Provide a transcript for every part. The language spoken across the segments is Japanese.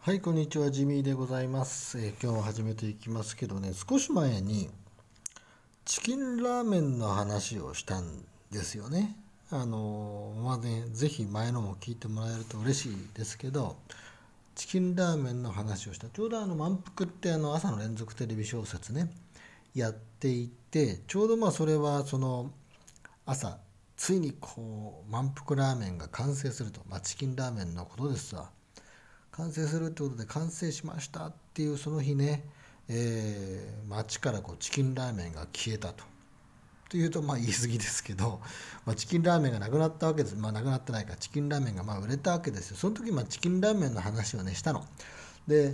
はい、こんにちは、ジミーでございます。今日も始めていきますけどね、少し前にチキンラーメンの話をしたんですよね。ぜひ前のも聞いてもらえると嬉しいですけど、チキンラーメンの話をした。ちょうど満腹って朝の連続テレビ小説ね、やっていて、ちょうどそれはその朝、ついに満腹ラーメンが完成すると、チキンラーメンのことですわ。完成するってことで完成しましたっていうその日ね、街からチキンラーメンが消えたというと言い過ぎですけど、チキンラーメンがなくなったわけです。なくなってないか、チキンラーメンが売れたわけですよ。その時チキンラーメンの話をねしたの。で、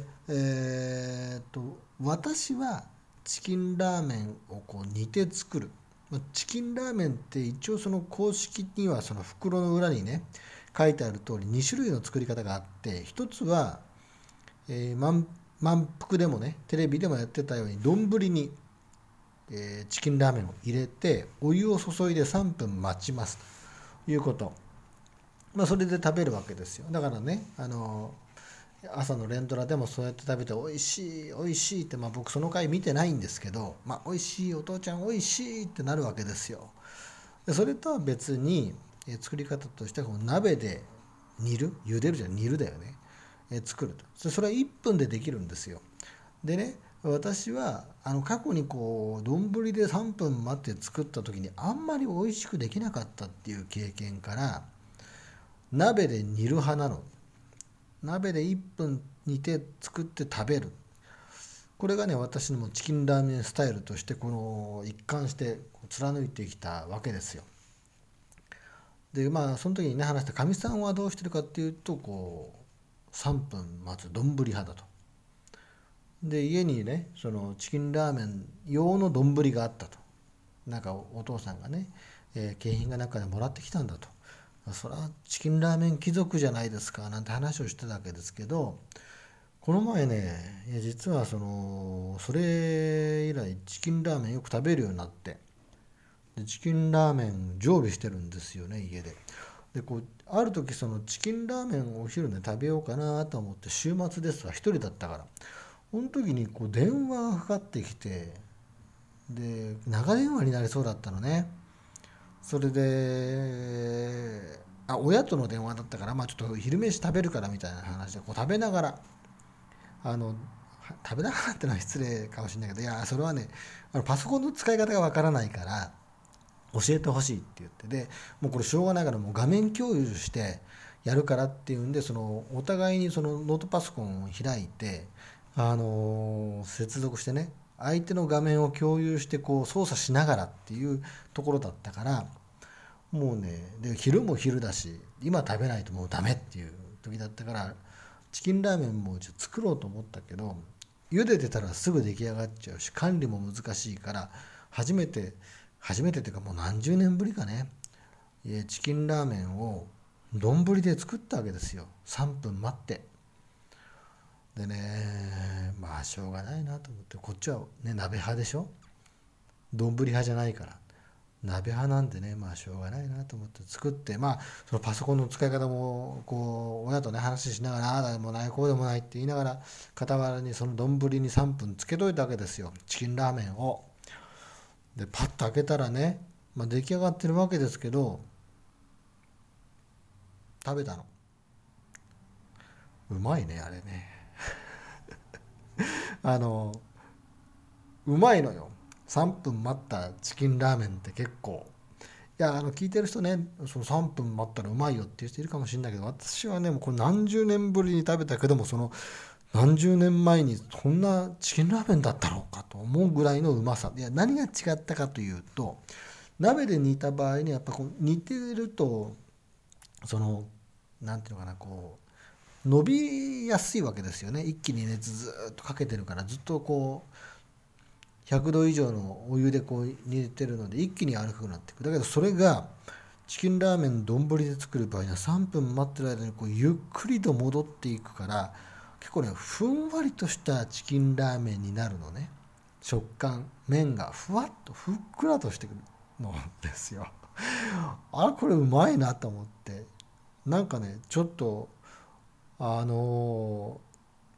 私はチキンラーメンを煮て作る。チキンラーメンって一応その公式にはその袋の裏にね書いてある通り2種類の作り方があって、一つは、満腹でもねテレビでもやってたように丼に、チキンラーメンを入れてお湯を注いで3分待ちますということ、それで食べるわけですよ。だからね朝の連ドラでもそうやって食べて美味しい美味しいって、僕その回見てないんですけど、美味しいお父ちゃん美味しいってなるわけですよ。でそれとは別に、作り方としては鍋で茹でるじゃん煮るだよね、作るとそれは1分でできるんですよ。でね、私は過去に丼で3分待って作った時にあんまり美味しくできなかったっていう経験から、鍋で煮る派なの。鍋で1分煮て作って食べる、これがね私のチキンラーメンスタイルとして一貫して貫いてきたわけですよ。でその時にね話したかみさんはどうしてるかっていうと3分待つ丼派だと。で家にねそのチキンラーメン用の丼があったと。お父さんがね、景品が中でもらってきたんだと。それはチキンラーメン貴族じゃないですかなんて話をしてたわけですけど、この前ね実はそれ以来チキンラーメンよく食べるようになって、でチキンラーメン常備してるんですよね家で。である時そのチキンラーメンをお昼ね食べようかなと思って、週末ですわ、一人だったから、その時に電話がかかってきて、で長電話になりそうだったのね。それで親との電話だったから、ちょっと昼飯食べるからみたいな話で食べながら食べながらってのは失礼かもしれないけど、いやそれはねパソコンの使い方がわからないから教えてほしいって言って、でもうこれしょうがないからもう画面共有してやるからっていうんで、お互いにノートパソコンを開いて、接続してね相手の画面を共有して操作しながらっていうところだったから、もうねで昼も昼だし今食べないともうダメっていう時だったから、チキンラーメンも作ろうと思ったけど茹でてたらすぐ出来上がっちゃうし管理も難しいから、初めてっていうかもう何十年ぶりかね、チキンラーメンを丼で作ったわけですよ。3分待って。でねしょうがないなと思って、こっちはね鍋派でしょ、丼派じゃないから。鍋派なんでねしょうがないなと思って作って、そのパソコンの使い方も親とね話しながら、ああでもないこうでもないって言いながら、傍らにその丼に3分つけといたわけですよ、チキンラーメンを。でパッと開けたらね、出来上がってるわけですけど、食べたの。うまいねあれね。うまいのよ。3分待ったチキンラーメンって結構。いや聞いてる人ね、その3分待ったらうまいよっていう人いるかもしれないけど、私はねもうこれ何十年ぶりに食べたけども、その何十年前にこんなチキンラーメンだったろうかと思うぐらいのうまさ。いや何が違ったかというと、鍋で煮た場合にやっぱ煮てるとなんていうのかな伸びやすいわけですよね。一気に熱ずっとかけてるからずっと100度以上のお湯で煮てるので一気に粗くなっていく。だけどそれがチキンラーメン丼で作る場合には3分待ってる間にゆっくりと戻っていくから、結構ねふんわりとしたチキンラーメンになるのね。食感、麺がふわっとふっくらとしてくるのですよ。これうまいなと思って、ちょっとあの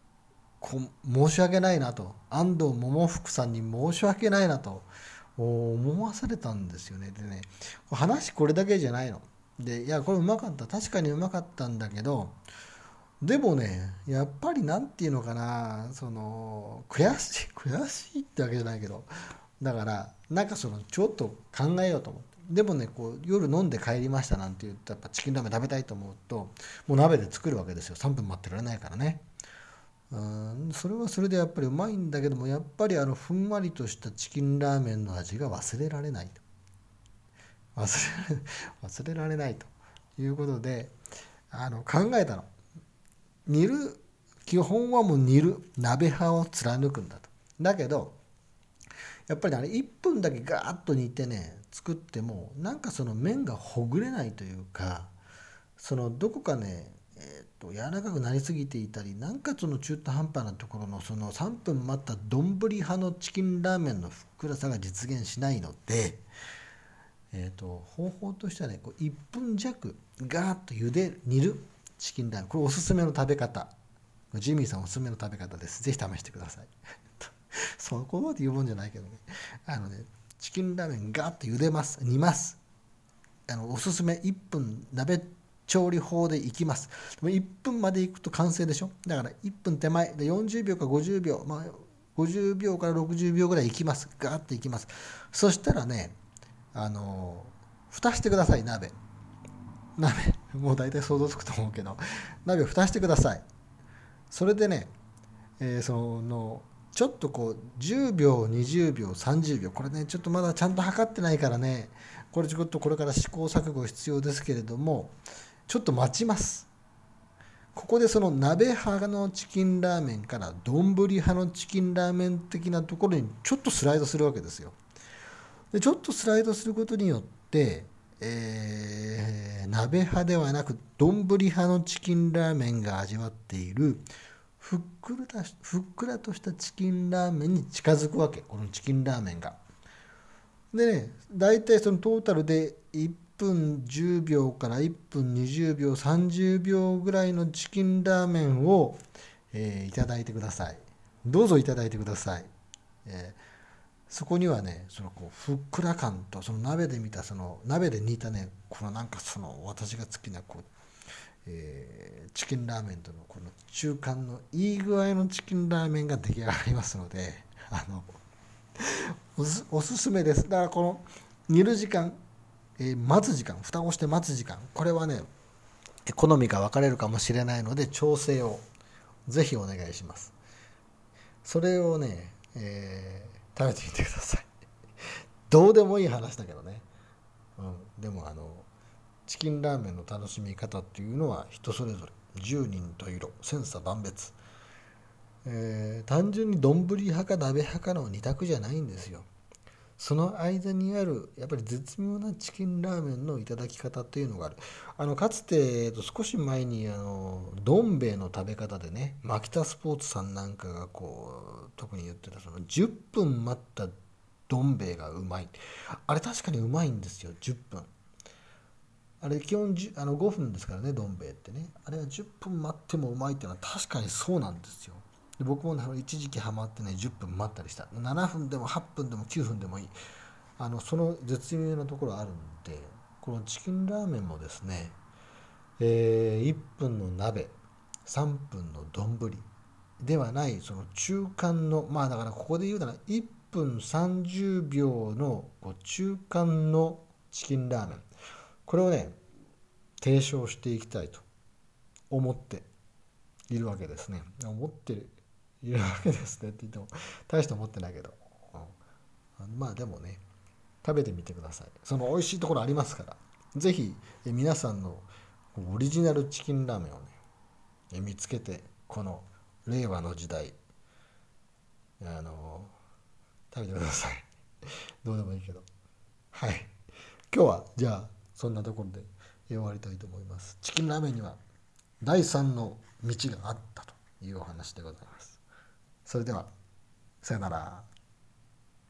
申し訳ないなと、安藤桃福さんに申し訳ないなと思わされたんですよね。でね、話これだけじゃないの。で、いやこれうまかった、確かにうまかったんだけど、でもねやっぱりなんていうのかな、悔しいってわけじゃないけど、だからなんかちょっと考えようと思って、でもね夜飲んで帰りましたなんて言ったらやっぱチキンラーメン食べたいと思うともう鍋で作るわけですよ。3分待ってられないからね。それはそれでやっぱりうまいんだけども、やっぱりふんわりとしたチキンラーメンの味が忘れられない忘れられないということで考えたの。煮る基本はもう煮る鍋派を貫くんだと。だけどやっぱりね1分だけガーッと煮てね作ってもなんか麺がほぐれないというか、どこかね柔らかくなりすぎていたり、なんか中途半端なところの3分待った丼派のチキンラーメンのふっくらさが実現しないので、方法としてはね1分弱ガーッと煮るチキンラーメン、これおすすめの食べ方、ジミーさんおすすめの食べ方です。ぜひ試してくださいそこまで言うもんじゃないけどね、チキンラーメンガーッと煮ます。おすすめ1分鍋調理法でいきます。でも1分までいくと完成でしょ。だから1分手前で40秒か50秒、50秒から60秒ぐらいいきます。ガーッといきます。そしたらね蓋してください。鍋もう大体想像つくと思うけど、鍋を蓋してください。それでね、ちょっと10秒20秒30秒、これねちょっとまだちゃんと測ってないからね、これちょっとこれから試行錯誤必要ですけれども、ちょっと待ちます。ここで鍋派のチキンラーメンから丼派のチキンラーメン的なところにちょっとスライドするわけですよ。でちょっとスライドすることによって、鍋派ではなく丼派のチキンラーメンが味わっているふっくらとしたチキンラーメンに近づくわけ、このチキンラーメンが。でね、大体トータルで1分10秒から1分20秒30秒ぐらいのチキンラーメンを、いただいてください。どうぞいただいてください。そこにはねふっくら感と鍋で煮たねなんか私が好きなチキンラーメンとのこの中間のいい具合のチキンラーメンが出来上がりますのでおすすめです。だからこの煮る時間、待つ時間、蓋をして待つ時間、これはね好みが分かれるかもしれないので調整をぜひお願いします。それをね、食べてみてくださいどうでもいい話だけどね、でもチキンラーメンの楽しみ方っていうのは人それぞれ、10人と色千差万別、単純に丼派か鍋派かの二択じゃないんですよ。その間にあるやっぱり絶妙なチキンラーメンのいただき方というのがある。かつて、少し前にどん兵衛の食べ方でね、マキタスポーツさんなんかが特に言ってた10分待ったどん兵衛がうまい、あれ確かにうまいんですよ。10分あれ基本5分ですからね、どん兵衛ってね。あれは10分待ってもうまいっていうのは確かにそうなんですよ。で僕も、ね、一時期ハマってね10分待ったりした。7分でも8分でも9分でもいい、その絶妙なところあるんで、このチキンラーメンもですね、1分の鍋3分の丼ではない中間の、だからここで言うなら1分30秒の中間のチキンラーメン、これをね提唱していきたいと思っているわけですね。思っているわけですねって言っても大して思ってないけど、でもね食べてみてください。美味しいところありますから、ぜひ皆さんのオリジナルチキンラーメンをね見つけて、この令和の時代食べてくださいどうでもいいけど、はい、今日はじゃあそんなところで終わりたいと思います。チキンラーメンには第三の道があったというお話でございます。それではさよなら。